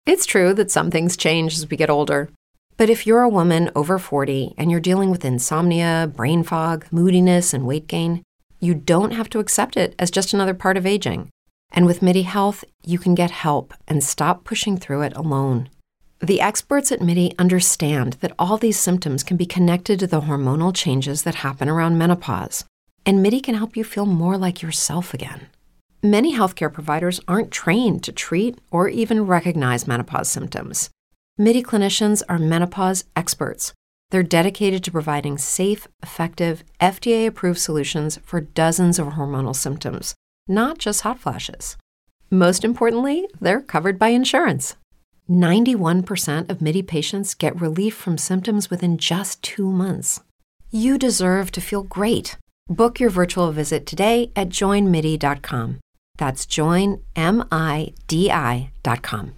It's true that some things change as we get older. But if you're a woman over 40 and you're dealing with insomnia, brain fog, moodiness, and weight gain, you don't have to accept it as just another part of aging. And with MIDI Health, you can get help and stop pushing through it alone. The experts at MIDI understand that all these symptoms can be connected to the hormonal changes that happen around menopause, and MIDI can help you feel more like yourself again. Many healthcare providers aren't trained to treat or even recognize menopause symptoms. MIDI clinicians are menopause experts. They're dedicated to providing safe, effective, FDA-approved solutions for dozens of hormonal symptoms, not just hot flashes. Most importantly, they're covered by insurance. 91% of MIDI patients get relief from symptoms within just 2 months. You deserve to feel great. Book your virtual visit today at joinmidi.com. That's joinmidi.com.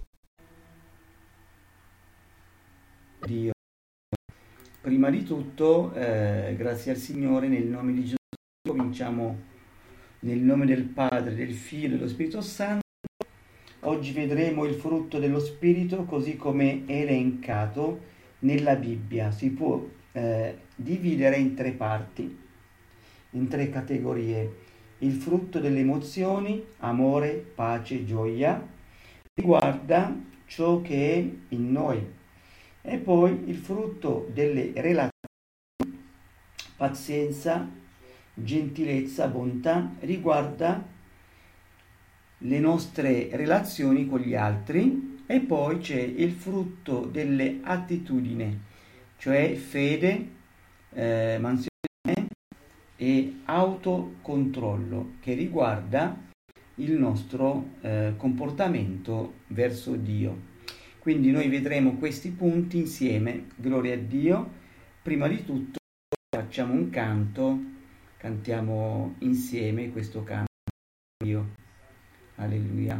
Dio. Prima di tutto, grazie al Signore, nel nome di Gesù, cominciamo nel nome del Padre, del Figlio e dello Spirito Santo. Oggi vedremo il frutto dello Spirito così come è elencato nella Bibbia. Si può dividere in 3 parti, in 3 categorie. Il frutto delle emozioni, amore, pace, gioia, riguarda ciò che è in noi. E poi il frutto delle relazioni, pazienza, gentilezza, bontà, riguarda le nostre relazioni con gli altri. E poi c'è il frutto delle attitudini, cioè fede, mansione e autocontrollo, che riguarda il nostro comportamento verso Dio. Quindi noi vedremo questi punti insieme. Gloria a Dio. Prima di tutto facciamo un canto, cantiamo insieme questo canto. Dio. Alleluia.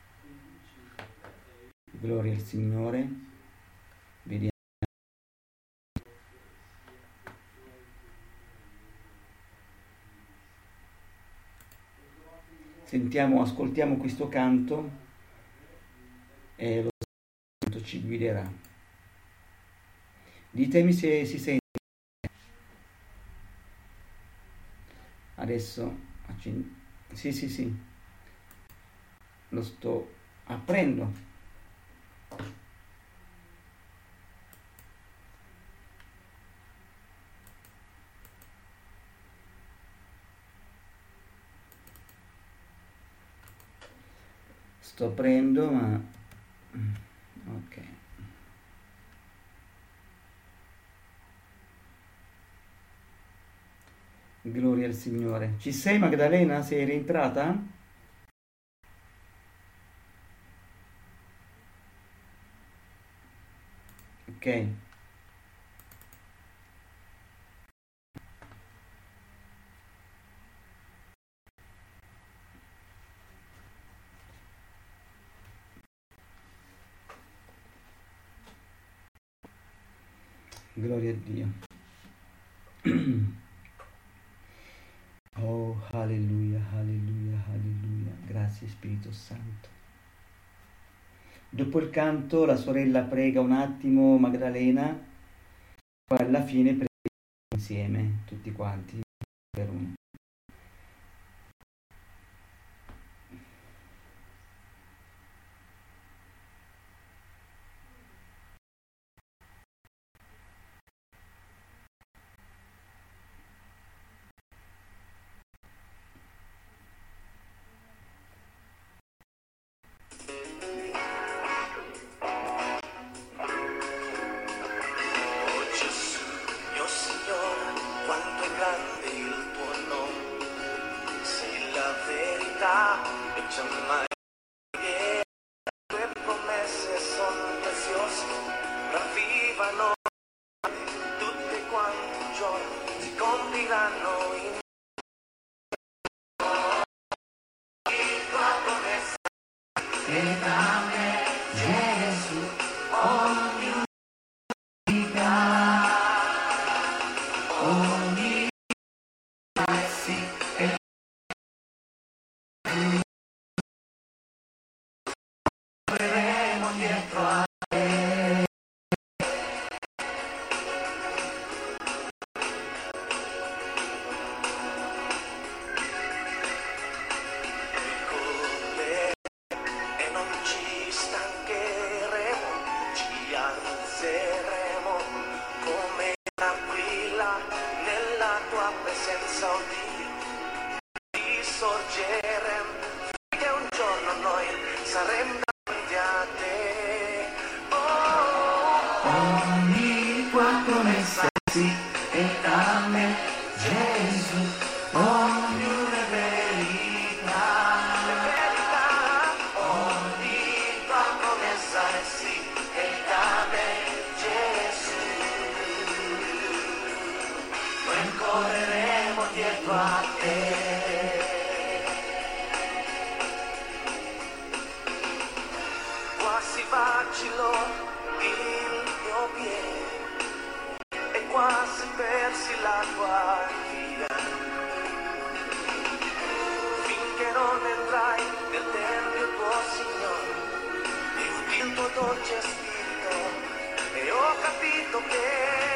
Gloria al Signore. Vediamo. Sentiamo, ascoltiamo questo canto e lo Spirito ci guiderà. Ditemi se si sente. Adesso sì. Lo sto aprendo. Sto aprendo, ma ok. Gloria al Signore. Ci sei, Magdalena? Sei rientrata? Ok. Gloria a Dio. Oh, alleluia, alleluia, alleluia. Grazie Spirito Santo. Dopo il canto la sorella prega un attimo Magdalena, poi alla fine preghiamo insieme tutti quanti per uno. Grande il tuo nome. sì, e a me Gesù, ognuna verità. Ogni tua promessa è sì, e a me Gesù. Noi correremo dietro a te. Quasi vacillò il mio piede e quasi persi la guardia, finché non entrai nel tempio tuo Signore e udì il tuo dolce spirito e ho capito che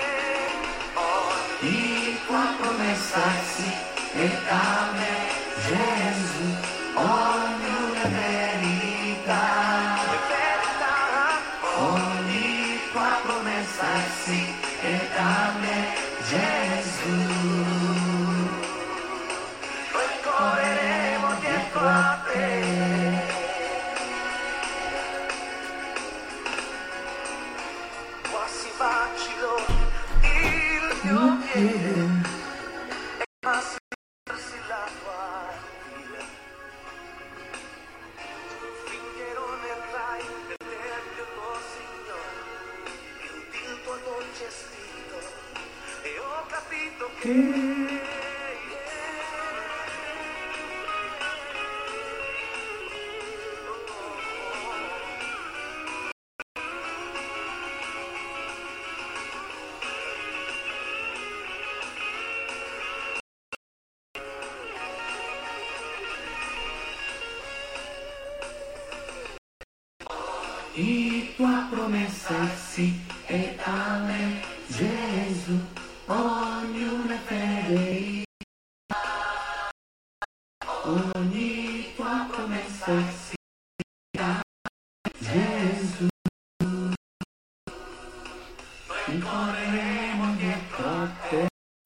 ogni tua promessa è sì e a me Gesù ognuna verità. Ogni tua promessa è sì e a me Gesù. Noi correremo dietro a te. Quasi vacillò il mio piede e quasi persi la guardia, finché non entrai nel tempio tuo Signore e udì il tuo dolce spirito e ho capito che ogni tua promessa è sì e a me Gesù ognuna fede. Ogni tua promessa è sì e a me Gesù. Noi correremo dietro a te.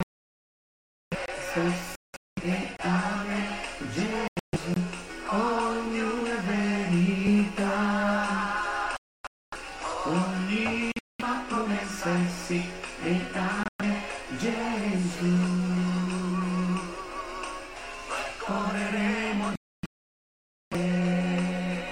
Sì e a me Gesù ognuna verità. Ogni tua promessa è sì e a me Gesù. Correremo di te.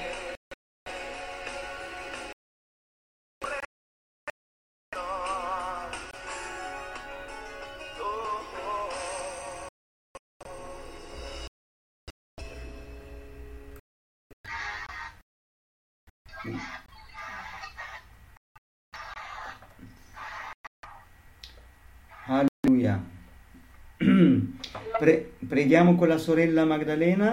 Alleluia. Preghiamo con la sorella Maddalena.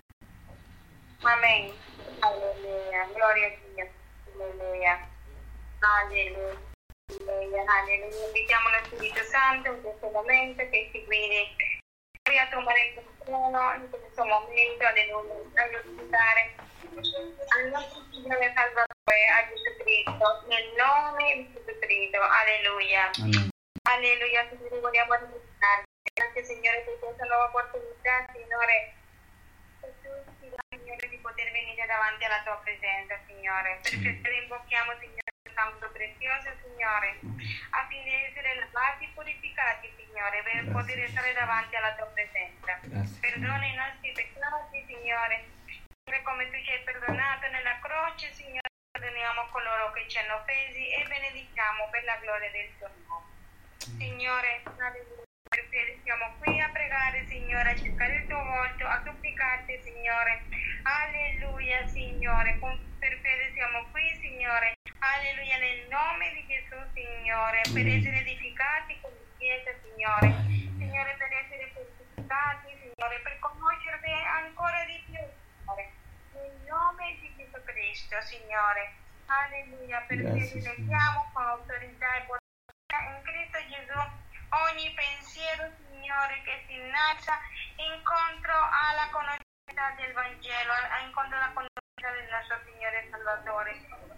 Amen. Alleluia. Gloria a Dio. Alleluia. Alleluia. Alleluia. Alleluia. Invitiamo lo Spirito Santo in questo momento che ci guidi a tomare il trono in questo momento. Alleluia. A glorificare al nostro Signore Salvatore, a Gesù Cristo, nel nome di Gesù Cristo. Alleluia. Amen. Alleluia. Signore, vogliamo ringraziarti. Grazie Signore per questa nuova opportunità, Signore. Signore, di poter venire davanti alla tua presenza, Signore. Per questo invochiamo, Signore, il santo prezioso, Signore, affinché essere lavati e purificati, Signore, per Grazie. poter stare davanti alla tua presenza. Grazie. Perdona i nostri peccati, Signore, come tu ci hai perdonato nella croce, Signore. Perdoniamo coloro che ci hanno offesi e benediciamo per la gloria del tuo nome. Signore, alleluia. Siamo qui a pregare, Signore, a cercare il tuo volto, a supplicarti, Signore. Alleluia, Signore. Per fede siamo qui, Signore. Alleluia, nel nome di Gesù, Signore, per essere edificati come Chiesa, Signore. Signore, per essere purificati, Signore, per conoscervi ancora di più, Signore. Nel nome di Gesù Cristo, Signore. Alleluia, per fede leggiamo con autorità e potenza in Cristo Gesù ogni pensiero, Signore, che si innalza incontro alla conoscenza del Vangelo, incontro alla conoscenza del nostro Signore Salvatore.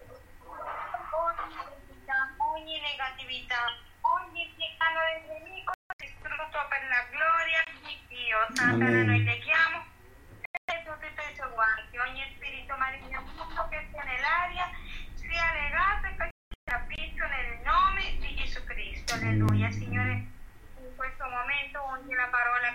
Ogni negatività, ogni piano del nemico distrutto per la gloria di Dio. Satana, noi leghiamo tutti i tuoi seguaci, ogni spirito maligno che sia nell'aria sia legato e capito nel nome di Gesù Cristo. Alleluia, Signore.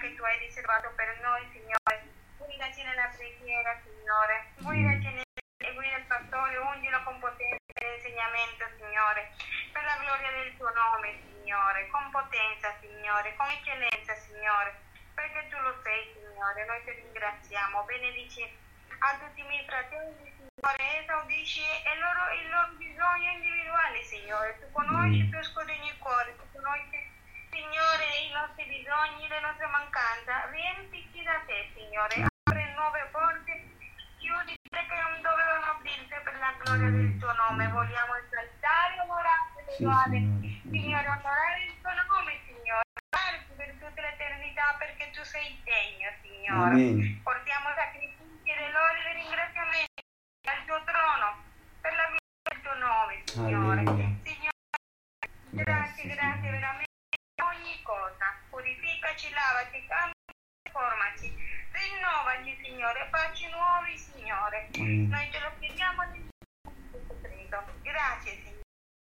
che tu hai riservato per noi, Signore. Guidaci nella preghiera, Signore. Guidaci e guida il pastore, ungilo con potenza nell'insegnamento, Signore. Per la gloria del tuo nome, Signore. Con potenza, Signore. Con eccellenza, Signore. Perché tu lo sei, Signore. Noi ti ringraziamo. Benedici a tutti i miei fratelli, Signore. Esaudisci il loro bisogno individuale, Signore. Tu conosci, tu scudegli il cuore. Tu conosci, Signore, i nostri bisogni, le nostre mancanze. Riempici da te, Signore. Apri nuove porte. Chiudi che non dovevano aprirsi per la gloria del tuo nome. Vogliamo esaltare, onorare, lodare. Signore, onorare il tuo nome, Signore. Per tutta l'eternità, perché tu sei degno, Signore. Amen. Portiamo sacrifici e lodi e ringraziamenti al tuo trono per la gloria del tuo nome, Signore. Alleluia. Signore, grazie veramente per ogni cosa. Purificaci, lavaci, cambiaci, formaci, rinnovaci, Signore, facci nuovi, Signore. Noi te lo chiediamo nel nome di Gesù Cristo. Grazie, Signore.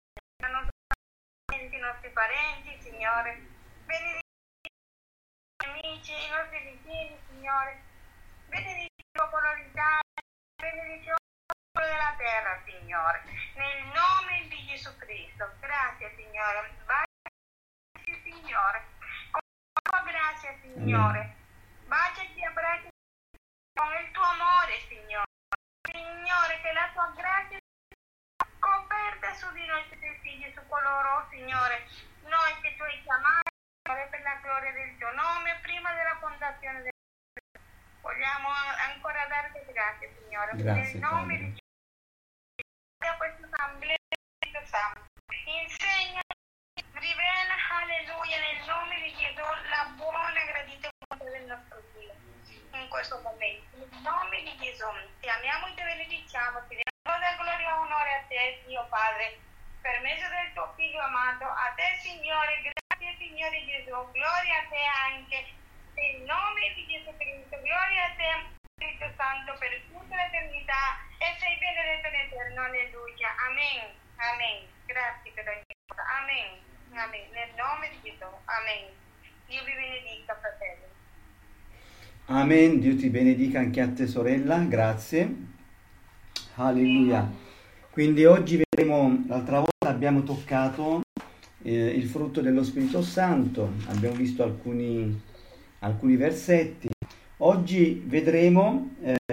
I nostri parenti, Signore. Benedici i amici, i nostri vicini, Signore. Benedici il popolo d'Italia. Benedici il popolo della terra, Signore. Nel nome di Gesù Cristo. Grazie, Signore. Baciaci, Signore. Con la tua grazia, Signore. Baciaci e abbracciaci con il tuo amore, Signore. Signore, che la tua grazia coperta su di noi tutti i figli, su coloro, Signore, noi che tu hai chiamato, Signore, per la gloria del tuo nome, prima della fondazione del mondo. Vogliamo ancora darti grazie, Signore, Grazie, nel nome Padre. di Gesù, da questa assemblea del Santo. Insegna, rivela, alleluia, nel nome di Gesù, la buona e gradita volontà del nostro Dio. In questo momento, nel nome di Gesù, ti amiamo e ti benediciamo, ti diamo la gloria e onore a te, Dio Padre, per mezzo del tuo Figlio amato, a te, Signore, grazie, Signore Gesù, gloria a te anche, nel nome di Gesù Cristo, gloria a te, Spirito Santo, per tutta l'eternità, e sei benedetto in eterno, alleluia, amen, amen, grazie per ogni cosa, amen, amen, nel nome di Gesù, amen, Dio vi benedica, fratelli. Amen, Dio ti benedica anche a te, sorella, grazie. Alleluia. Quindi oggi vedremo, l'altra volta abbiamo toccato il frutto dello Spirito Santo, abbiamo visto alcuni versetti. Oggi vedremo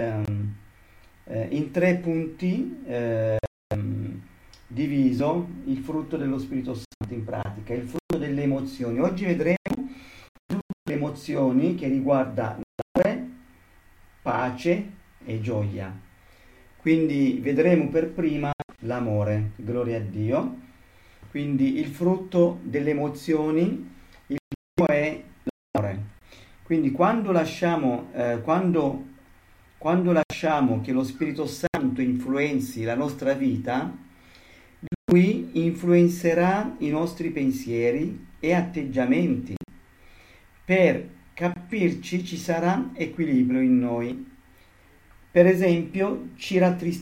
in 3 punti diviso il frutto dello Spirito Santo in pratica, il frutto delle emozioni. Oggi vedremo il frutto delle emozioni che riguarda l'amore, pace e gioia. Quindi vedremo per prima l'amore, gloria a Dio. Quindi il frutto delle emozioni, il primo è l'amore. Quindi quando lasciamo che lo Spirito Santo influenzi la nostra vita, Lui influenzerà i nostri pensieri e atteggiamenti. Per capirci ci sarà equilibrio in noi. Per esempio, ci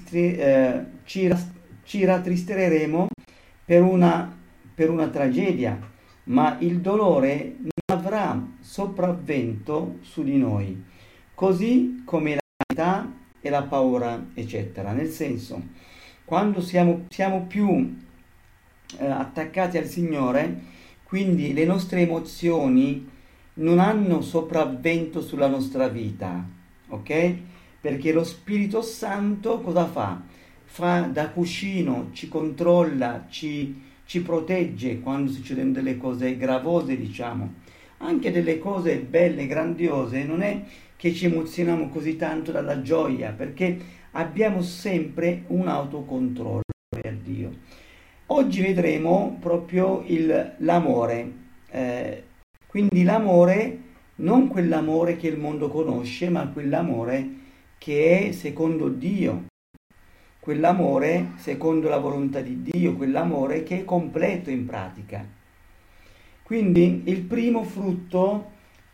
rattristeremo per una tragedia, ma il dolore non avrà sopravvento su di noi, così come la vanità e la paura, eccetera. Nel senso, quando siamo più attaccati al Signore, quindi le nostre emozioni non hanno sopravvento sulla nostra vita, ok? Perché lo Spirito Santo cosa fa? Fa da cuscino, ci controlla, ci protegge quando succedono delle cose gravose, diciamo. Anche delle cose belle, grandiose, non è che ci emozioniamo così tanto dalla gioia, perché abbiamo sempre un autocontrollo, gloria a Dio. Oggi vedremo proprio l'amore, quindi l'amore, non quell'amore che il mondo conosce, ma quell'amore che è secondo Dio, quell'amore secondo la volontà di Dio, quell'amore che è completo in pratica. Quindi il primo frutto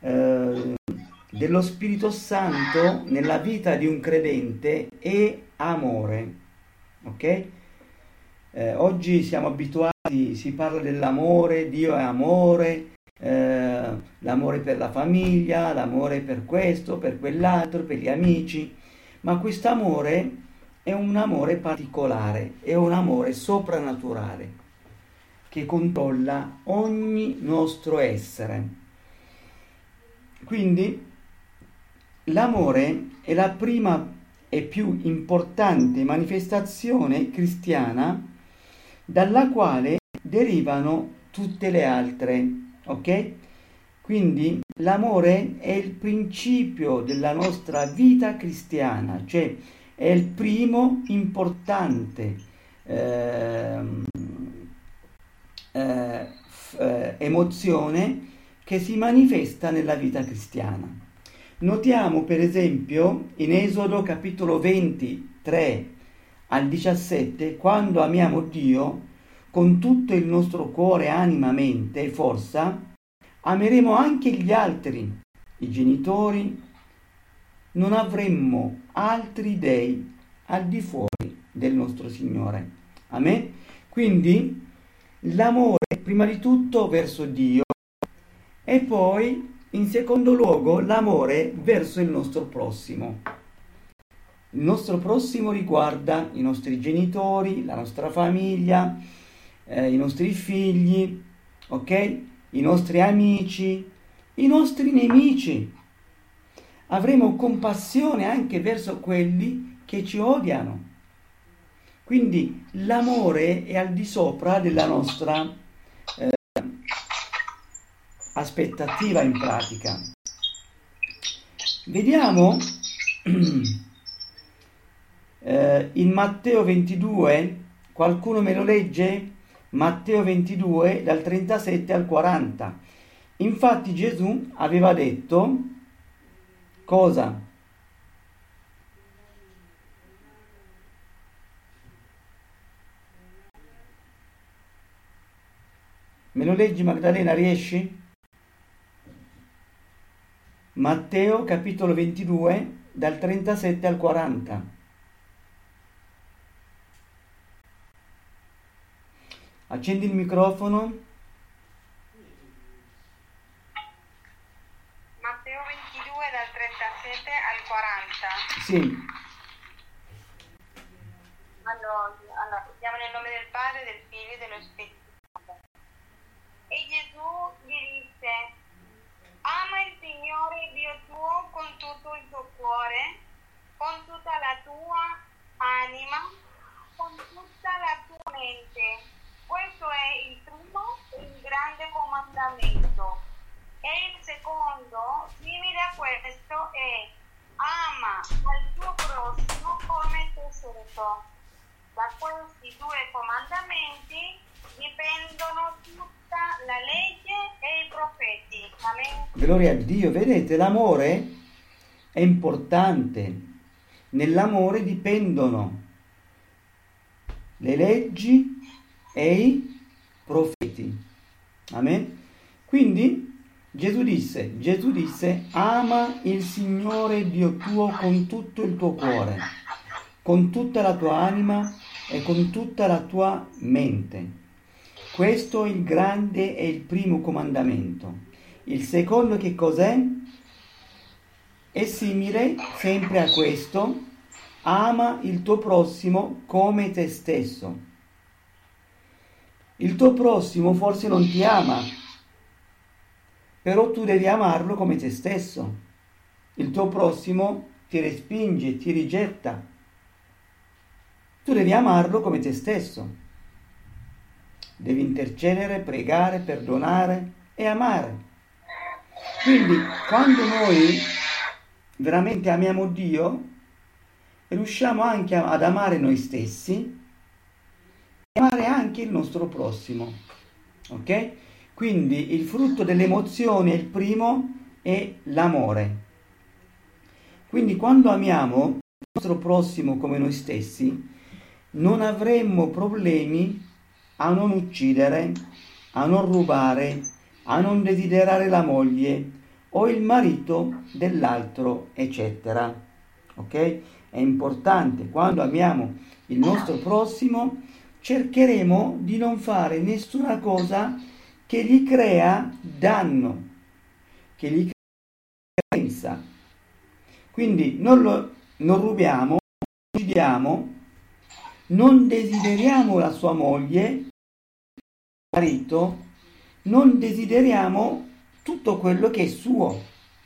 dello Spirito Santo nella vita di un credente è amore, ok? Oggi siamo abituati, si parla dell'amore, Dio è amore, l'amore per la famiglia, l'amore per questo, per quell'altro, per gli amici, ma quest'amore è un amore particolare, è un amore soprannaturale che controlla ogni nostro essere. Quindi l'amore è la prima e più importante manifestazione cristiana dalla quale derivano tutte le altre, ok? Quindi l'amore è il principio della nostra vita cristiana, cioè è il primo importante emozione che si manifesta nella vita cristiana. Notiamo per esempio in Esodo capitolo 23 al 17, quando amiamo Dio con tutto il nostro cuore, anima, mente e forza, ameremo anche gli altri, i genitori, non avremmo altri dei al di fuori del nostro Signore. Amen? Quindi l'amore prima di tutto verso Dio e poi in secondo luogo l'amore verso il nostro prossimo. Il nostro prossimo riguarda i nostri genitori, la nostra famiglia, i nostri figli, ok? I nostri amici, i nostri nemici. Avremo compassione anche verso quelli che ci odiano. Quindi l'amore è al di sopra della nostra aspettativa in pratica. Vediamo in Matteo 22, qualcuno me lo legge? Matteo 22 dal 37 al 40. Infatti Gesù aveva detto cosa? Me lo leggi Magdalena, riesci? Matteo capitolo 22 dal 37 al 40. Accendi il microfono. Matteo 22 dal 37 al 40. Sì. Allora, siamo nel nome del Padre, del Figlio e dello Spirito Santo. E Gesù gli disse: ama il Signore Dio tuo con tutto il tuo cuore, con tutta la tua anima, con tutta la tua mente. Questo è il primo e il grande comandamento. E il secondo, simile a questo, è ama al tuo prossimo come te stesso. Da questi due comandamenti dipendono tutta la legge e i profeti. Amen. Gloria a Dio. Vedete, l'amore è importante. Nell'amore dipendono le leggi e i profeti. Amen. Quindi Gesù disse, ama il Signore Dio tuo con tutto il tuo cuore, con tutta la tua anima e con tutta la tua mente. Questo è il grande e il primo comandamento. Il secondo che cos'è? È simile sempre a questo: ama il tuo prossimo come te stesso. Il tuo prossimo forse non ti ama, però tu devi amarlo come te stesso. Il tuo prossimo ti respinge, ti rigetta. Tu devi amarlo come te stesso. Devi intercedere, pregare, perdonare e amare. Quindi quando noi veramente amiamo Dio, riusciamo anche ad amare noi stessi e amare anche il nostro prossimo. Ok? Quindi il frutto dell'emozione, il primo, è l'amore. Quindi quando amiamo il nostro prossimo come noi stessi, non avremmo problemi a non uccidere, a non rubare, a non desiderare la moglie o il marito dell'altro, eccetera. Ok? È importante, quando amiamo il nostro prossimo, cercheremo di non fare nessuna cosa che gli crea danno, che gli crea violenza. Quindi non rubiamo, non uccidiamo, non desideriamo la sua moglie, marito, non desideriamo tutto quello che è suo.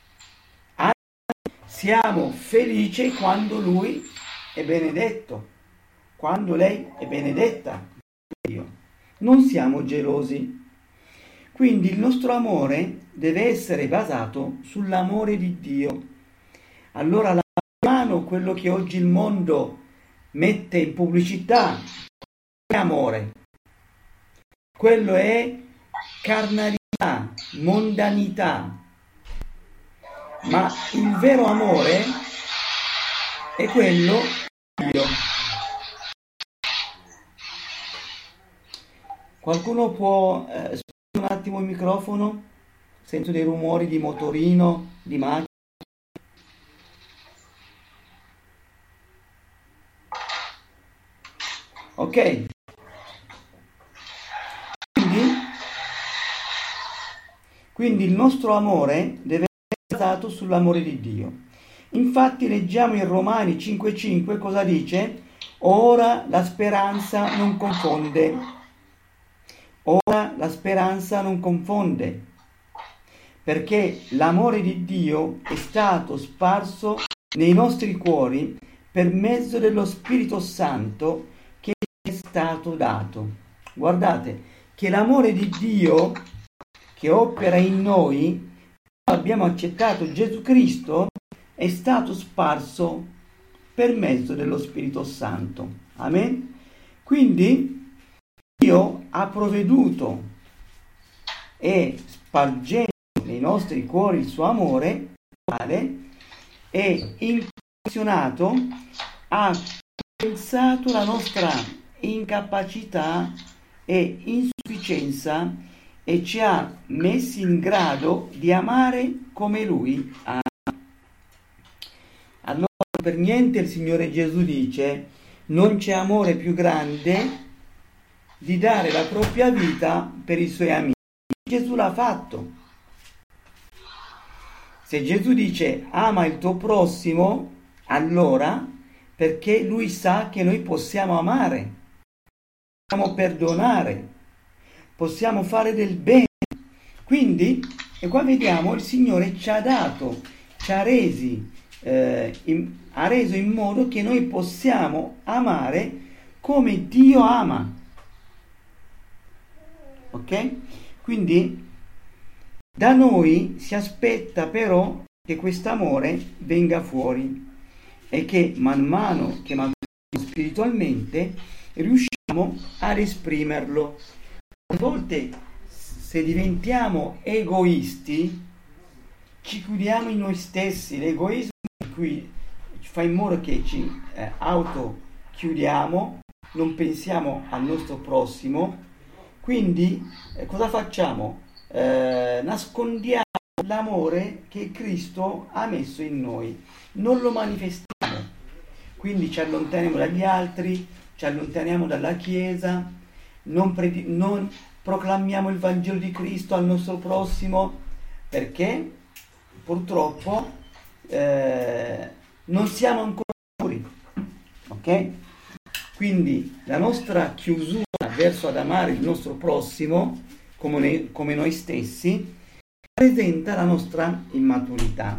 Siamo felici quando lui è benedetto, quando lei è benedetta da Dio. Non siamo gelosi. Quindi il nostro amore deve essere basato sull'amore di Dio. Allora la mano, quello che oggi il mondo mette in pubblicità, è amore. Quello è carnalità, mondanità. Ma il vero amore è quello di Dio. Qualcuno può spegnere un attimo il microfono? Sento dei rumori di motorino, di macchina. Ok. Quindi il nostro amore deve essere basato sull'amore di Dio. Infatti leggiamo in Romani 5,5 cosa dice? Ora la speranza non confonde. Ora la speranza non confonde, perché l'amore di Dio è stato sparso nei nostri cuori per mezzo dello Spirito Santo che è stato dato. Guardate che l'amore di Dio che opera in noi, abbiamo accettato Gesù Cristo, è stato sparso per mezzo dello Spirito Santo. Amen? Quindi Dio ha provveduto e spargendo nei nostri cuori il suo amore, è incondizionato, ha pensato la nostra incapacità e insufficienza e ci ha messi in grado di amare come Lui ama. Allora per niente il Signore Gesù dice: non c'è amore più grande di dare la propria vita per i suoi amici. Gesù l'ha fatto. Se Gesù dice ama il tuo prossimo, allora perché Lui sa che noi possiamo amare, possiamo perdonare, possiamo fare del bene. Quindi, e qua vediamo, il Signore ci ha dato, ci ha resi, ha reso in modo che noi possiamo amare come Dio ama. Ok? Quindi da noi si aspetta però che quest'amore venga fuori e che man mano che maturiamo spiritualmente riusciamo ad esprimerlo. A volte se diventiamo egoisti ci chiudiamo in noi stessi. L'egoismo qui fa in modo che ci autochiudiamo, non pensiamo al nostro prossimo. Quindi cosa facciamo? Nascondiamo l'amore che Cristo ha messo in noi, non lo manifestiamo, quindi ci allontaniamo dagli altri, ci allontaniamo dalla Chiesa, non proclamiamo il Vangelo di Cristo al nostro prossimo, perché purtroppo non siamo ancora puri, ok? Quindi la nostra chiusura verso ad amare il nostro prossimo come noi stessi presenta la nostra immaturità.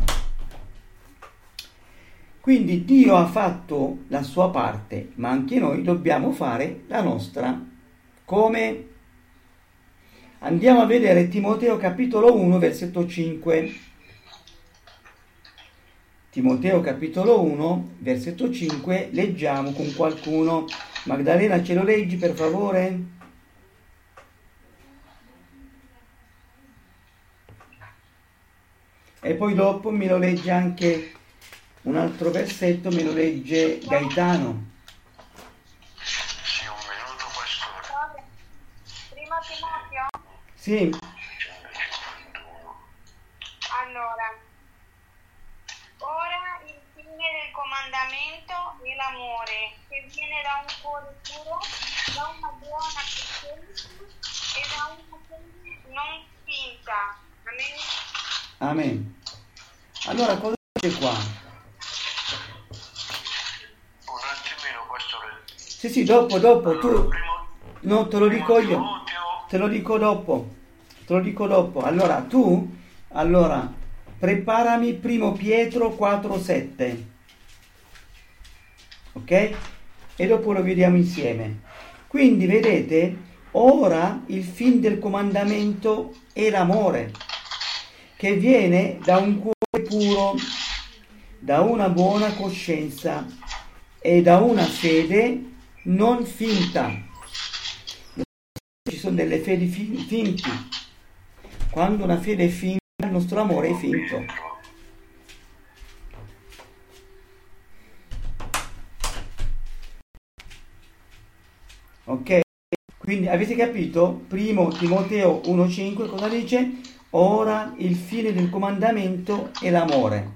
Quindi Dio ha fatto la sua parte, ma anche noi dobbiamo fare la nostra. Come? Andiamo a vedere Timoteo capitolo 1 versetto 5. Timoteo capitolo 1 versetto 5, leggiamo con qualcuno. Magdalena, ce lo leggi per favore? E poi dopo me lo legge anche un altro versetto, me lo legge Gaetano. Sì, un minuto, pastore. Prima Timoteo? Sì. Allora, ora il fine del comandamento è l'amore, che viene da un cuore puro, da una buona coscienza e da una fede non Amen. Allora, cosa dice qua? Un attimino, pastore. Sì, dopo, Allora, tu... primo, No, te lo primo dico io. Timoteo, Te lo dico dopo. Allora, preparami primo Pietro 4,7. Ok? E dopo lo vediamo insieme. Quindi, vedete, ora il fin del comandamento è l'amore, che viene da un cuore puro, da una buona coscienza e da una fede non finta. Ci sono delle fedi finti. Quando una fede è finta, il nostro amore è finto. Ok? Quindi avete capito? Primo Timoteo 1,5 cosa dice? Ora il fine del comandamento è l'amore,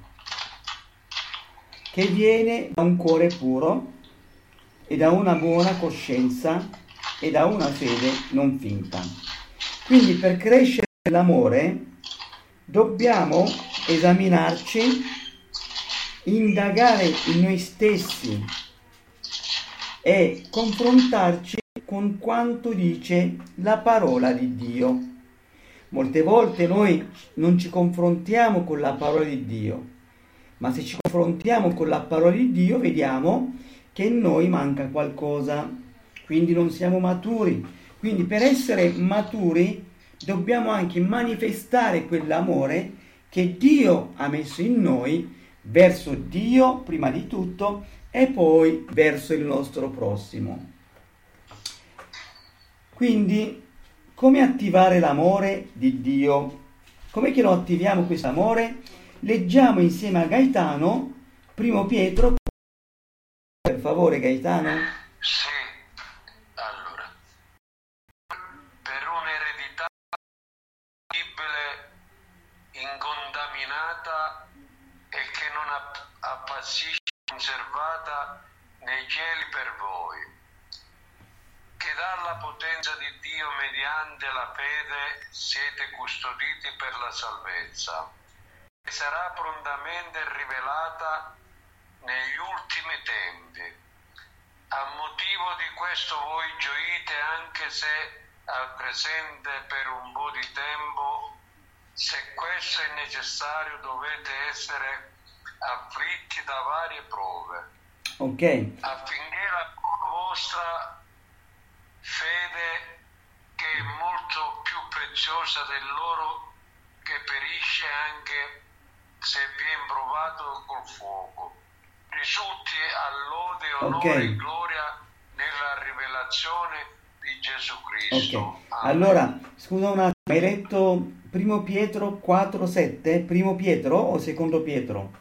che viene da un cuore puro e da una buona coscienza e da una fede non finta. Quindi per crescere nell'amore dobbiamo esaminarci, indagare in noi stessi e confrontarci con quanto dice la parola di Dio. Molte volte noi non ci confrontiamo con la parola di Dio, ma se ci confrontiamo con la parola di Dio vediamo che in noi manca qualcosa, quindi non siamo maturi. Quindi per essere maturi dobbiamo anche manifestare quell'amore che Dio ha messo in noi verso Dio prima di tutto e poi verso il nostro prossimo. Quindi come attivare l'amore di Dio? Come che lo attiviamo questo amore? Leggiamo insieme a Gaetano primo Pietro. Per favore, Gaetano. sì, allora, per un'eredità incredibile, incontaminata e che non appassisce, conservata nei cieli per voi, che dalla potenza di Dio mediante la fede siete custoditi per la salvezza, che sarà prontamente rivelata negli ultimi tempi. A motivo di questo voi gioite anche se al presente per un po' di tempo, se questo è necessario, dovete essere afflitti da varie prove, Ok, affinché la vostra fede, che è molto più preziosa dell'oro che perisce anche se viene provato col fuoco, risulti a lode, onore e gloria nella rivelazione di Gesù Cristo. ok. Allora, scusa un attimo, hai letto primo Pietro 4,7? Primo Pietro o secondo Pietro?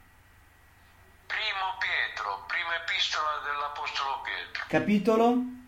Primo Pietro, prima epistola dell'Apostolo Pietro. Capitolo?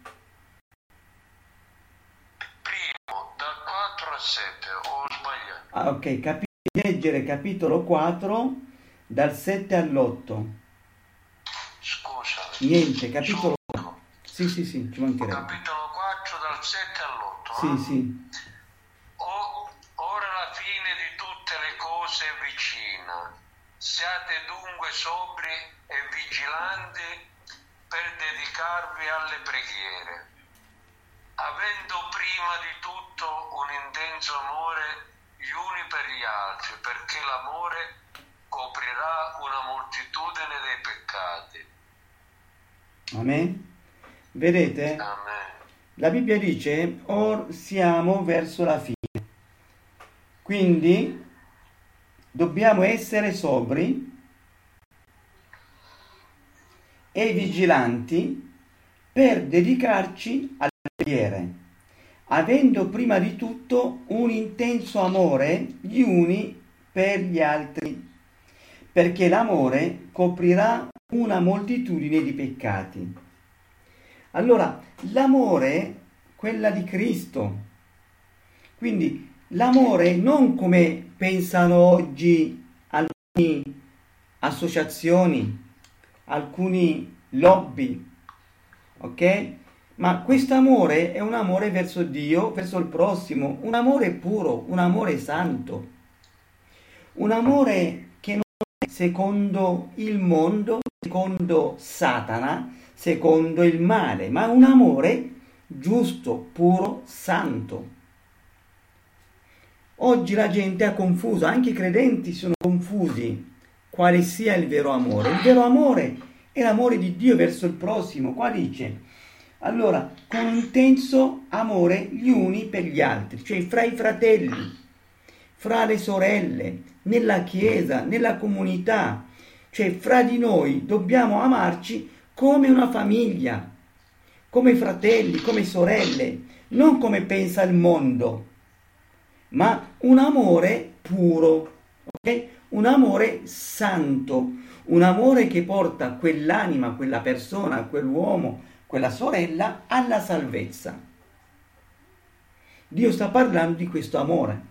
Primo, dal 4 a 7, ho sbagliato. Ah, ok, leggere capitolo 4 dal 7 all'8. Scusa. Niente, capitolo 4. Sì, ci mancherebbe. Capitolo 4 dal 7 all'8. Sì. Ora la fine di tutte le cose è vicina. Siate dunque sobri e vigilanti per dedicarvi alle preghiere, avendo prima di tutto un intenso amore gli uni per gli altri, perché l'amore coprirà una moltitudine dei peccati. Amen. Vedete? Amen. La Bibbia dice, or siamo verso la fine. Quindi dobbiamo essere sobri e vigilanti per dedicarci alle preghiere, avendo prima di tutto un intenso amore gli uni per gli altri, perché l'amore coprirà una moltitudine di peccati. Allora, l'amore, quella di Cristo. Quindi l'amore non come pensano oggi alcune associazioni, alcuni lobby, ok? Ma questo amore è un amore verso Dio, verso il prossimo, un amore puro, un amore santo. un amore che non è secondo il mondo, secondo Satana, secondo il male, ma un amore giusto, puro, santo. Oggi la gente ha confuso, anche i credenti sono confusi quale sia il vero amore. Il vero amore è l'amore di Dio verso il prossimo. Qua dice, allora, con un intenso amore gli uni per gli altri, cioè fra i fratelli, fra le sorelle, nella chiesa, nella comunità, cioè fra di noi dobbiamo amarci come una famiglia, come fratelli, come sorelle, non come pensa il mondo, ma un amore puro, ok? Un amore santo, un amore che porta quell'anima, quella persona, quell'uomo, quella sorella alla salvezza. Dio sta parlando di questo amore,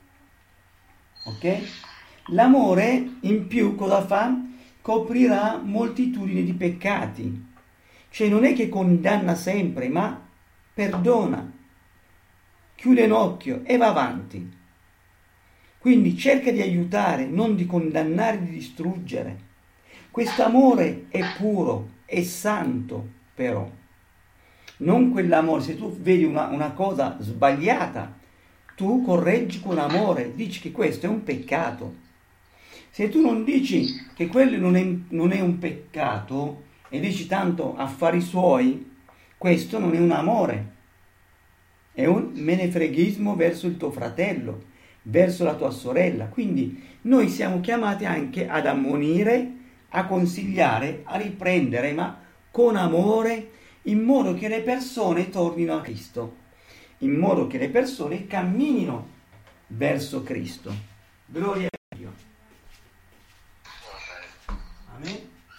ok? L'amore in più cosa fa? Coprirà moltitudine di peccati, cioè non è che condanna sempre, ma perdona, chiude un occhio e va avanti. Quindi cerca di aiutare, non di condannare, di distruggere. Questo amore è puro, è santo, però. Non quell'amore, se tu vedi una cosa sbagliata, tu correggi con amore, dici che questo è un peccato. Se tu non dici che quello non è un peccato e dici tanto affari suoi, questo non è un amore. È un menefreghismo verso il tuo fratello, verso la tua sorella. Quindi noi siamo chiamati anche ad ammonire, a consigliare, a riprendere, ma con amore, in modo che le persone tornino a Cristo, in modo che le persone camminino verso Cristo. Gloria a Dio. Amen.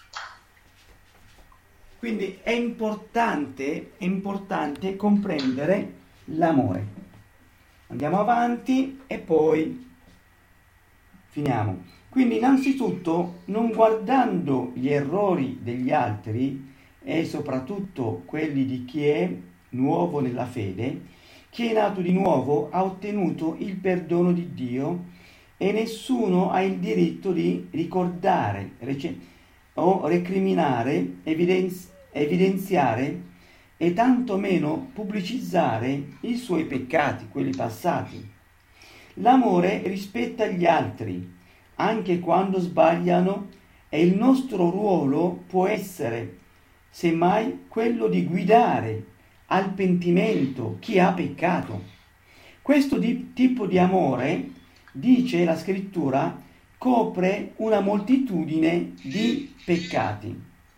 Quindi è importante comprendere l'amore. Andiamo avanti e poi finiamo. Quindi innanzitutto non guardando gli errori degli altri e soprattutto quelli di chi è nuovo nella fede, chi è nato di nuovo ha ottenuto il perdono di Dio e nessuno ha il diritto di ricordare o recriminare, evidenziare e tantomeno pubblicizzare i suoi peccati, quelli passati. L'amore rispetta gli altri, anche quando sbagliano, e il nostro ruolo può essere, semmai, quello di guidare al pentimento chi ha peccato. Questo tipo di amore, dice la scrittura, copre una moltitudine di peccati.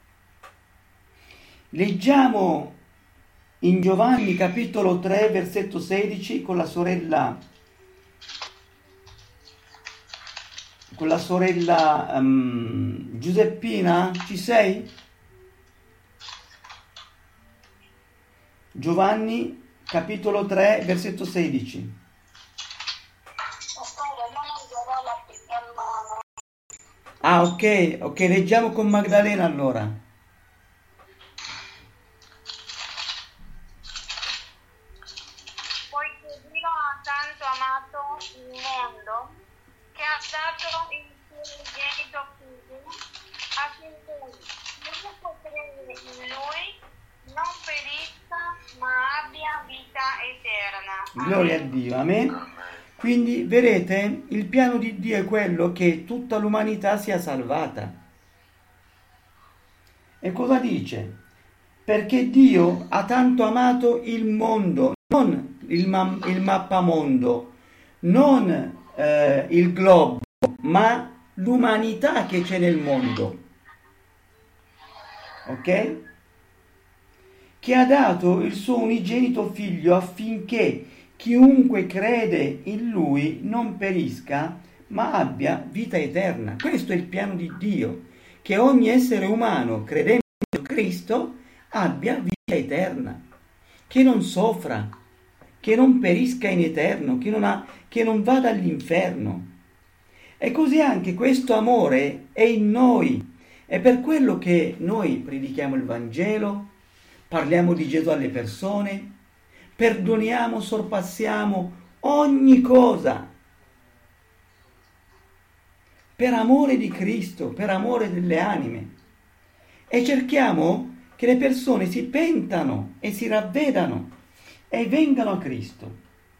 Leggiamo in Giovanni capitolo 3 versetto 16 con la sorella Giuseppina, ci sei? Giovanni capitolo 3 versetto 16. Ah, ok, leggiamo con Maddalena allora. Poiché Dio ha tanto amato il mondo che ha dato il suo unigenito figlio affinché chiunque crede in lui non perisca ma abbia vita eterna. Gloria a Dio, amen. Quindi vedete, il piano di Dio è quello che tutta l'umanità sia salvata. E cosa dice? Perché Dio ha tanto amato il mondo, non il mappamondo, non il globo, ma l'umanità che c'è nel mondo. Ok? Che ha dato il suo unigenito figlio affinché chiunque crede in lui non perisca, ma abbia vita eterna. Questo è il piano di Dio, che ogni essere umano, credendo in Cristo, abbia vita eterna, che non soffra, che non perisca in eterno, che non vada all'inferno. E così anche questo amore è in noi. È per quello che noi predichiamo il Vangelo, parliamo di Gesù alle persone, perdoniamo, sorpassiamo ogni cosa. per amore di Cristo, per amore delle anime. E cerchiamo che le persone si pentano e si ravvedano e vengano a Cristo.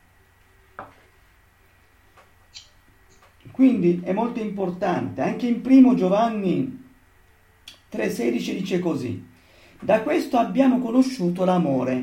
Quindi è molto importante. Anche in 1 Giovanni 3,16 dice così: da questo abbiamo conosciuto l'amore.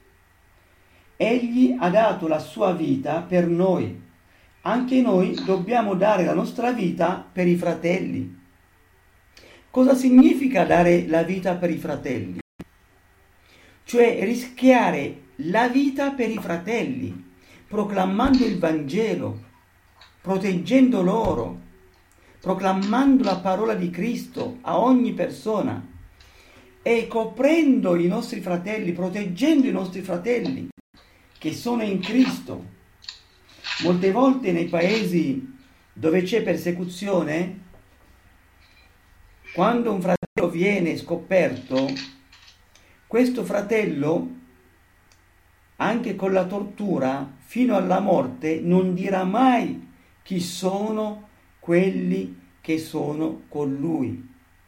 Egli ha dato la sua vita per noi. Anche noi dobbiamo dare la nostra vita per i fratelli. Cosa significa dare la vita per i fratelli? Cioè rischiare la vita per i fratelli, proclamando il Vangelo, proteggendo loro, proclamando la parola di Cristo a ogni persona e coprendo i nostri fratelli, proteggendo i nostri fratelli che sono in Cristo. Molte volte nei paesi dove c'è persecuzione, quando un fratello viene scoperto, questo fratello, anche con la tortura, fino alla morte, non dirà mai chi sono quelli che sono con lui.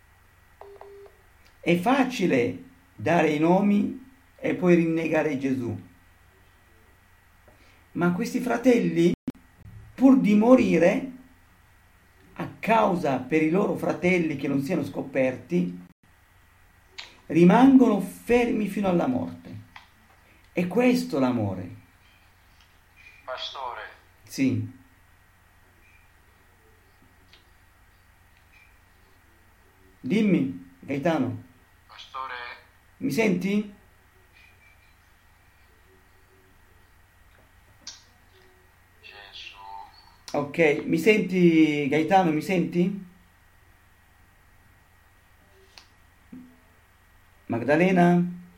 È facile dare i nomi e poi rinnegare Gesù. Ma questi fratelli, pur di morire, a causa per i loro fratelli che non siano scoperti, rimangono fermi fino alla morte. È questo l'amore. Pastore, Sì. Dimmi, Gaetano, pastore, mi senti? Gesù, Ok, mi senti, Gaetano, mi senti? Magdalena?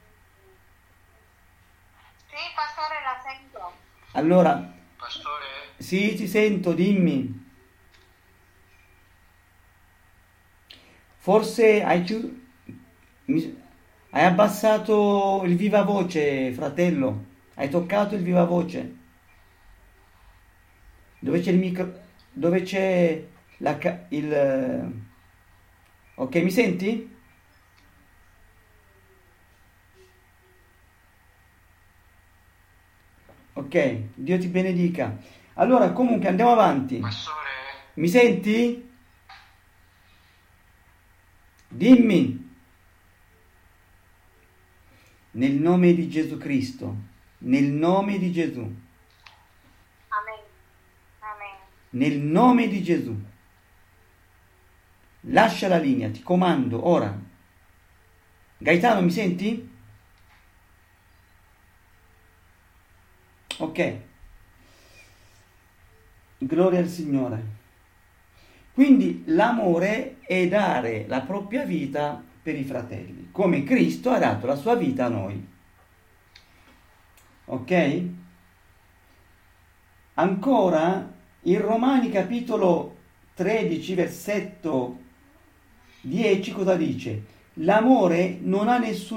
Sì, pastore, la sento. Allora, pastore, sì, ti sento, dimmi. Forse hai abbassato il viva voce, fratello. Hai toccato il viva voce. Dove c'è il micro? Dove c'è il... Ok, mi senti? Ok, Dio ti benedica. Allora, comunque, andiamo avanti. pastore, Mi senti? Dimmi. Nel nome di Gesù Cristo, nel nome di Gesù, Amén. Amén. nel nome di Gesù. Lascia la linea, ti comando ora. Gaetano, mi senti? Ok. Gloria al Signore. Quindi l'amore è dare la propria vita per i fratelli, come Cristo ha dato la sua vita a noi. Ok? Ancora, in Romani capitolo 13, versetto 10, cosa dice? L'amore non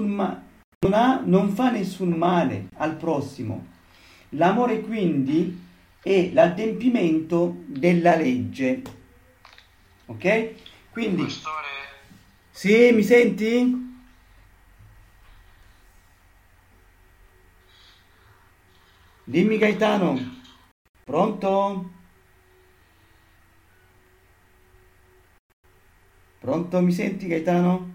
fa nessun male al prossimo. L'amore quindi è l'adempimento della legge. Ok? Quindi, pastore, sì, mi senti? Dimmi Gaetano. Pronto? Pronto, mi senti Gaetano?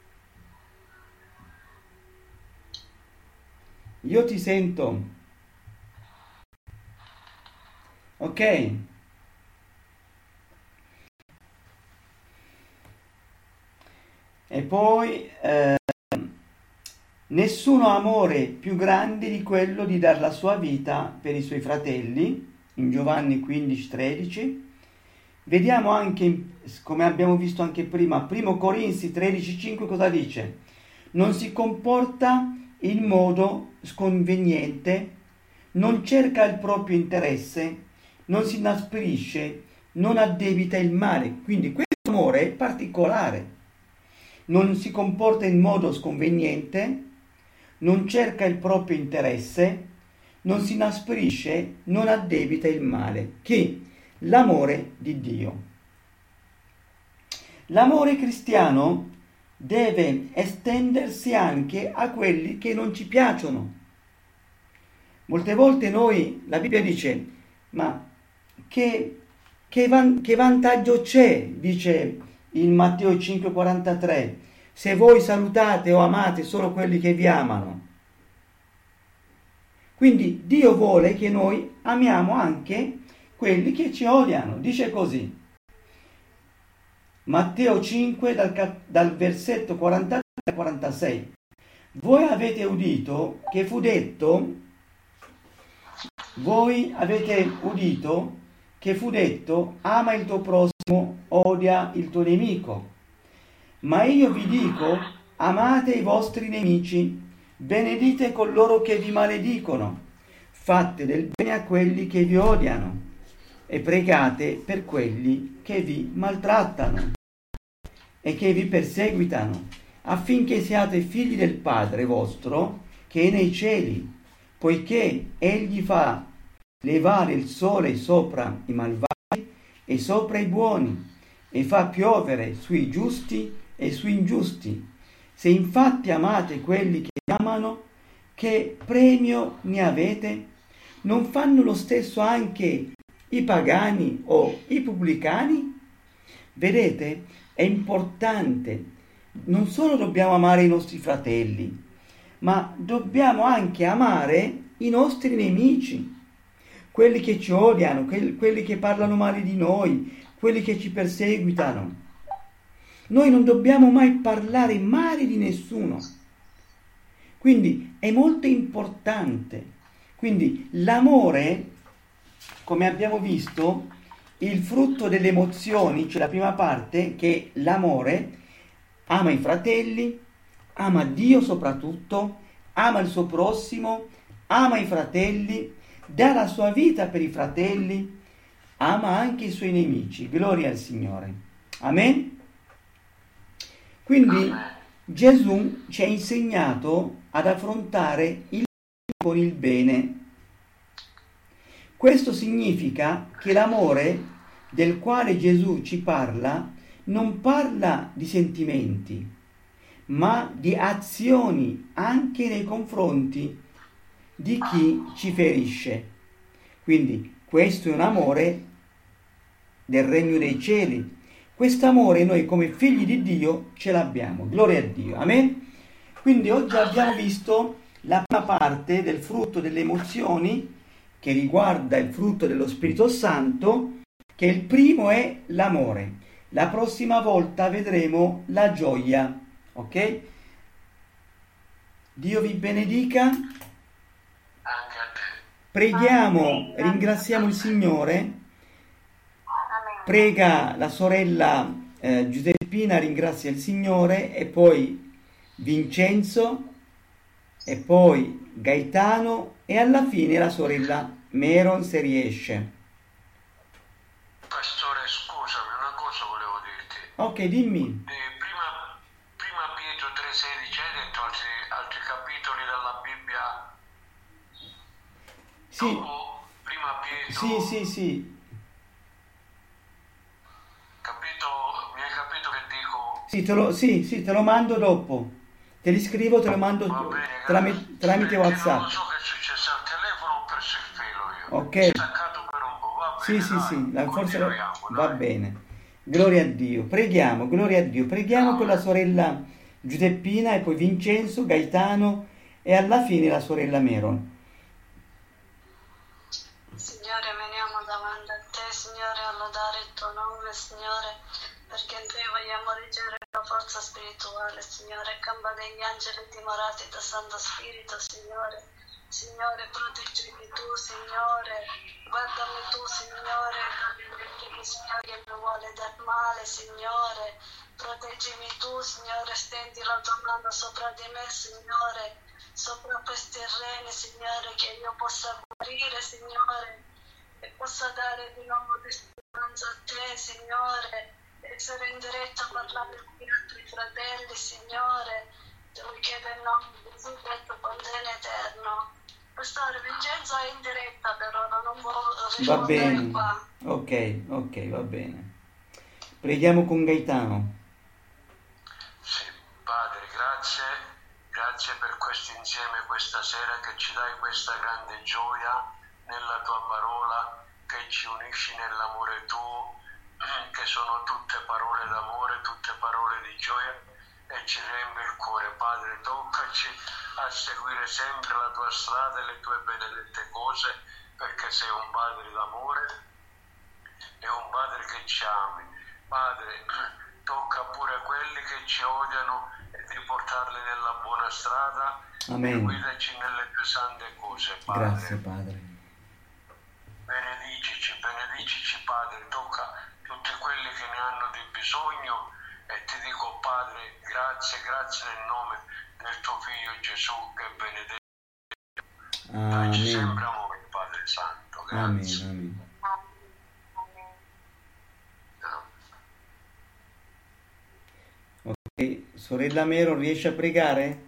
Io ti sento. Ok. E poi nessuno ha amore più grande di quello di dar la sua vita per i suoi fratelli, in Giovanni 15,13. Vediamo anche, come abbiamo visto anche prima, 1 Corinzi 13,5 cosa dice? Non si comporta in modo sconveniente, non cerca il proprio interesse, non si inasprisce, non addebita il male. Quindi questo amore è particolare. Non si comporta in modo sconveniente, non cerca il proprio interesse, non si inasprisce, non addebita il male. Chi? L'amore di Dio. L'amore cristiano deve estendersi anche a quelli che non ci piacciono. Molte volte la Bibbia dice, ma che vantaggio c'è, dice in Matteo 5,43, se voi salutate o amate solo quelli che vi amano. Quindi Dio vuole che noi amiamo anche quelli che ci odiano. Dice così, Matteo 5 dal versetto 43 al 46. Voi avete udito che fu detto, ama il tuo prossimo, odia il tuo nemico. Ma io vi dico, amate i vostri nemici, benedite coloro che vi maledicono, fate del bene a quelli che vi odiano e pregate per quelli che vi maltrattano e che vi perseguitano, affinché siate figli del Padre vostro che è nei cieli, poiché Egli fa levare il sole sopra i malvagi e sopra i buoni, e fa piovere sui giusti e sui ingiusti. Se infatti amate quelli che vi amano, che premio ne avete? Non fanno lo stesso anche i pagani o i pubblicani? Vedete, è importante, non solo dobbiamo amare i nostri fratelli, ma dobbiamo anche amare i nostri nemici, quelli che ci odiano, quelli che parlano male di noi, quelli che ci perseguitano. Noi non dobbiamo mai parlare male di nessuno. Quindi è molto importante. Quindi l'amore, come abbiamo visto, il frutto delle emozioni, cioè la prima parte, che è l'amore, ama i fratelli, ama Dio soprattutto, ama il suo prossimo, ama i fratelli, dà la sua vita per i fratelli, ama anche i suoi nemici. Gloria al Signore. Amen? Quindi Gesù ci ha insegnato ad affrontare il male con il bene. Questo significa che l'amore del quale Gesù ci parla non parla di sentimenti, ma di azioni anche nei confronti di chi ci ferisce. Quindi questo è un amore del regno dei cieli. Quest'amore noi come figli di Dio ce l'abbiamo. Gloria a Dio. Amen? Quindi oggi abbiamo visto la prima parte del frutto delle emozioni che riguarda il frutto dello Spirito Santo, che il primo è l'amore. La prossima volta vedremo la gioia. Ok? Dio vi benedica. Anche a te. Preghiamo, ringraziamo il Signore. Prega la sorella Giuseppina, ringrazia il Signore, e poi Vincenzo, e poi Gaetano, e alla fine la sorella Meron, se riesce. Pastore, scusami, una cosa volevo dirti. Ok, dimmi. Prima Pietro 3,16 hai detto altri capitoli della Bibbia? Sì. Dopo, prima Pietro... Sì. Mi hai capito che dico? Sì, te lo mando dopo. Te li scrivo, te lo mando tramite WhatsApp. Non so che è successo al telefono, ho perso il filo io. Ok. Mi è staccato per un po', va bene. Sì, forse va dai. bene. Gloria a Dio. Preghiamo, gloria a Dio. Preghiamo con la sorella Giuseppina, e poi Vincenzo, Gaetano, e alla fine la sorella Meron. Signore, veniamo davanti a te, Signore, a lodare il tuo nome, Signore, perché in te vogliamo ricevere la forza spirituale, Signore. Campa degli angeli dimorati da Santo Spirito, Signore. Signore, proteggimi tu, Signore. Guardami tu, Signore, che mi spiaggia e mi vuole dar male, Signore. Proteggimi tu, Signore, stendi la tua mano sopra di me, Signore, sopra questi reni, Signore, che io possa guarire, Signore, e possa dare di nuovo di speranza a te, Signore, essere in diretta a parlare con gli altri fratelli, Signore. Te lo chiedo in nome di Gesù, detto con te in eterno. Pastore Vincenzo è in diretta, però non può rispondere qua. Ok, va bene. Preghiamo con Gaetano. questa sera che ci dai questa grande gioia nella tua parola, che ci unisci nell'amore tuo, che sono tutte parole d'amore, tutte parole di gioia, e ci riempie il cuore. Padre, toccaci a seguire sempre la tua strada e le tue benedette cose, perché sei un Padre d'amore e un Padre che ci ami. Padre, tocca pure quelli che ci odiano e di portarli nella buona strada. Amen. E guidaci nelle tue sante cose, Padre. Grazie, Padre. Benedicici, Padre, tocca tutti quelli che ne hanno di bisogno, e ti dico, Padre, grazie nel nome del tuo Figlio Gesù, che benedetto. Dacci sempre amore, Padre Santo. Grazie. Amen. Ok, sorella Mero, riesci a pregare?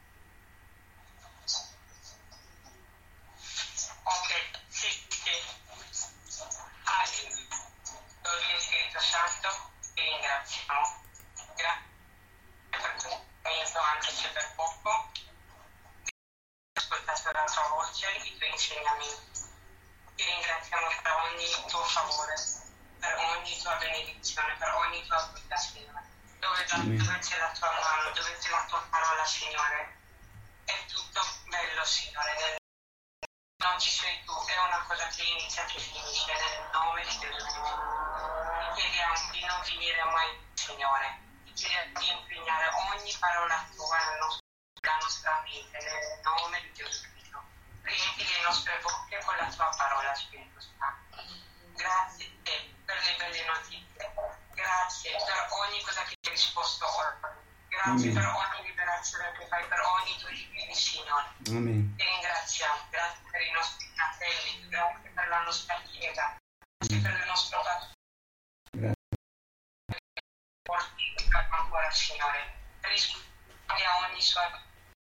I tuoi insegnamenti. Ti ringraziamo per ogni tuo favore, per ogni tua benedizione, per ogni tua guida, Signore. Dove c'è la tua mano, dove c'è la tua parola, Signore, è tutto bello, Signore. Non ci sei tu, è una cosa che inizia e finisce nel nome di Gesù. Ti chiediamo di non finire mai, Signore. Ti chiediamo di impegnare ogni parola tua nella nostra vita, nel nome di Gesù. Riempi le nostre bocche con la tua parola, Spirito Santo. Grazie a te per le belle notizie. Grazie per ogni cosa che ti hai risposto ora. Grazie per ogni liberazione che fai, per ogni tuo figli, Signore. Amen. Ti ringraziamo. Grazie per i nostri fratelli. Grazie per la nostra Chiesa. Grazie per il nostro Padre. Grazie ancora, Signore. Rispondi a ogni sua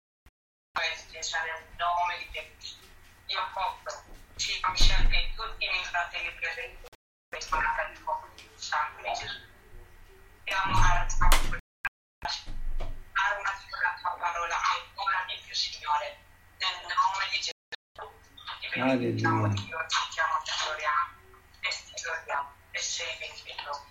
nel nome di Gesù. Io compro, ci Michele e tutti i miei fratelli presenti in questa di fuoco di sangue di Gesù. Stiamo armati la tua parola ancora di più, Signore, nel nome di Gesù. Ti benediciamo, ti glorifichiamo, ti adoriamo e ti gloriamo e sei benedetto.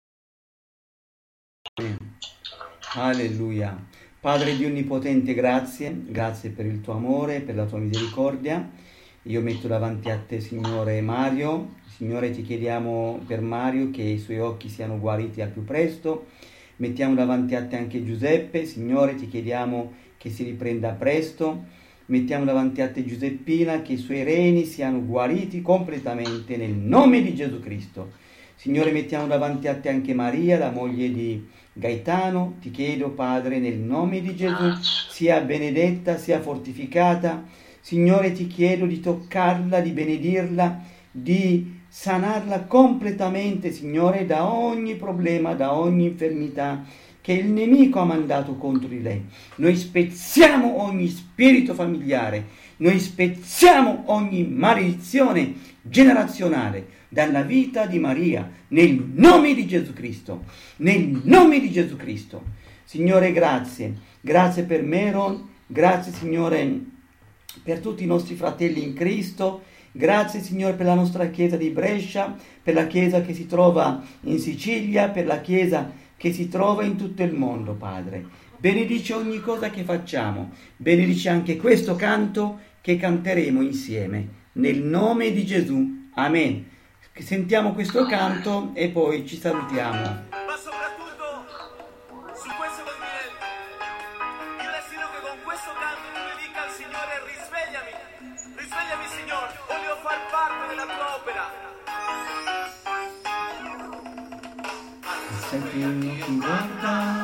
Amen. Alleluia. Padre Dio Onnipotente, grazie per il tuo amore, per la tua misericordia. Io metto davanti a te, Signore, Mario. Signore, ti chiediamo per Mario che i suoi occhi siano guariti al più presto. Mettiamo davanti a te anche Giuseppe. Signore, ti chiediamo che si riprenda presto. Mettiamo davanti a te Giuseppina, che i suoi reni siano guariti completamente nel nome di Gesù Cristo. Signore, mettiamo davanti a te anche Maria, la moglie di Gaetano. Ti chiedo, Padre, nel nome di Gesù, sia benedetta, sia fortificata. Signore, ti chiedo di toccarla, di benedirla, di sanarla completamente, Signore, da ogni problema, da ogni infermità che il nemico ha mandato contro di lei. Noi spezziamo ogni spirito familiare, noi spezziamo ogni maledizione generazionale dalla vita di Maria, nel nome di Gesù Cristo, nel nome di Gesù Cristo. Signore, grazie per Meron, grazie, Signore, per tutti i nostri fratelli in Cristo, grazie, Signore, per la nostra Chiesa di Brescia, per la Chiesa che si trova in Sicilia, per la Chiesa che si trova in tutto il mondo, Padre. Benedici ogni cosa che facciamo, benedici anche questo canto che canteremo insieme, nel nome di Gesù. Amen. Sentiamo questo canto e poi ci salutiamo. Ma soprattutto su questo movimento io desidero che con questo canto tu le dica al Signore: risvegliami Signore, voglio far parte della tua opera. Senti uno che guarda.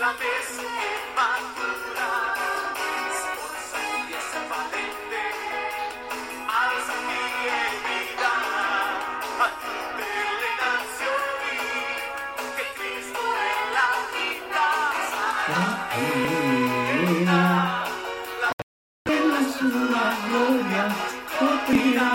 adesso che matura, sforzati e sei valente, alzati e grida a tutte le nazioni che Cristo è la vita, sarà piena, la sua gloria coprirà,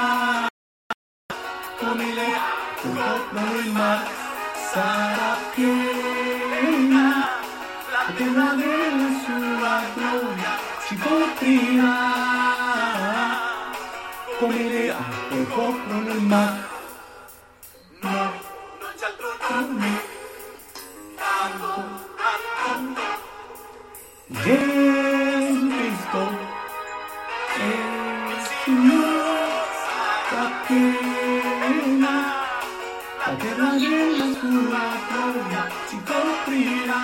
come le acque coprono il mare, sarà piena, la terra della sua gloria ci coprirà, come le acque coprono il mare. non c'è altro nome, Gesù Cristo è il Signore, la piena, la terra della sua gloria ci coprirà,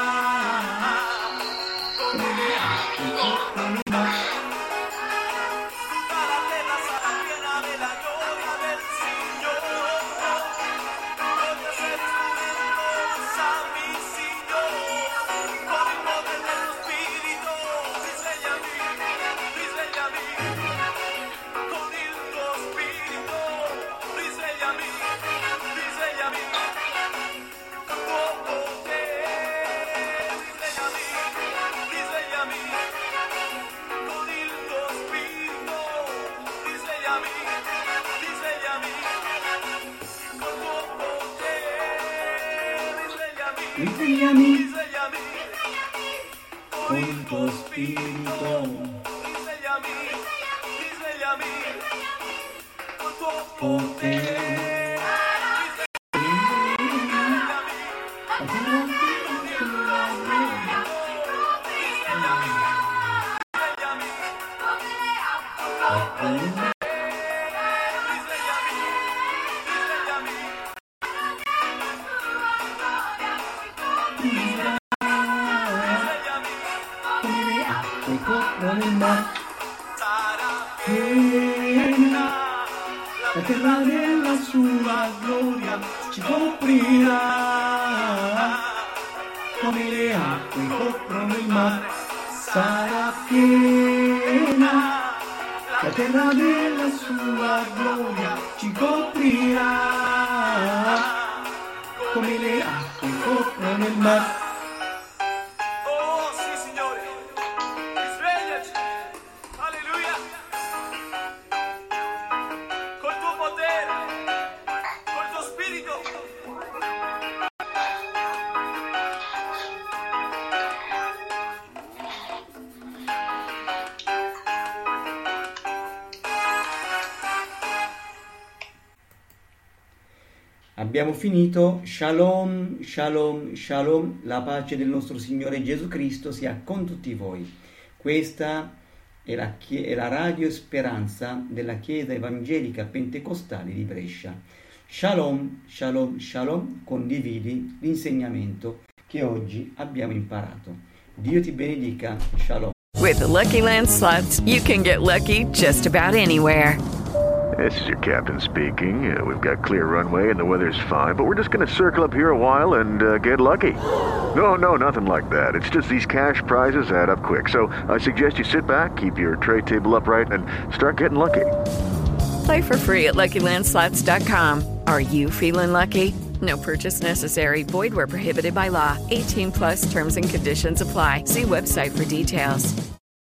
come le acque coprono il mare. tutta la terra sarà piena della gloria del Signore, gloria sei luminosa, mi Signore, con il potere dello Spirito, risvegliami, risvegliami, con il tuo Spirito, risvegliami, risvegliami, con tuo potere, risvegliami, risvegliami, con il tuo Spirito, risvegliami, risvegliami, con tuo potere, risvegliami, Risvegliami risvegliami, con il tuo spirito, risvegliami, risvegliami, con tuo potere, come le acque coprono il mare, piena, la terra della sua gloria ci coprirà, come le acque coprono il mare, sarà piena, la terra della sua gloria ci coprirà, come le acque coprono il mare. Oh sì, Signore, risvegliaci, alleluia, col tuo potere, col tuo Spirito. Abbiamo finito. Shalom, shalom, shalom. La pace del nostro Signore Gesù Cristo sia con tutti voi. Questa è la radio Speranza della Chiesa Evangelica Pentecostale di Brescia. Shalom, shalom, shalom. Condividi l'insegnamento che oggi abbiamo imparato. Dio ti benedica. Shalom. With the Lucky Land Slots, you can get lucky just about anywhere. This is your captain speaking. We've got clear runway and the weather's fine, but we're just going to circle up here a while and get lucky. No, nothing like that. It's just these cash prizes add up quick. So I suggest you sit back, keep your tray table upright, and start getting lucky. Play for free at LuckyLandSlots.com. Are you feeling lucky? No purchase necessary. Void where prohibited by law. 18+ terms and conditions apply. See website for details.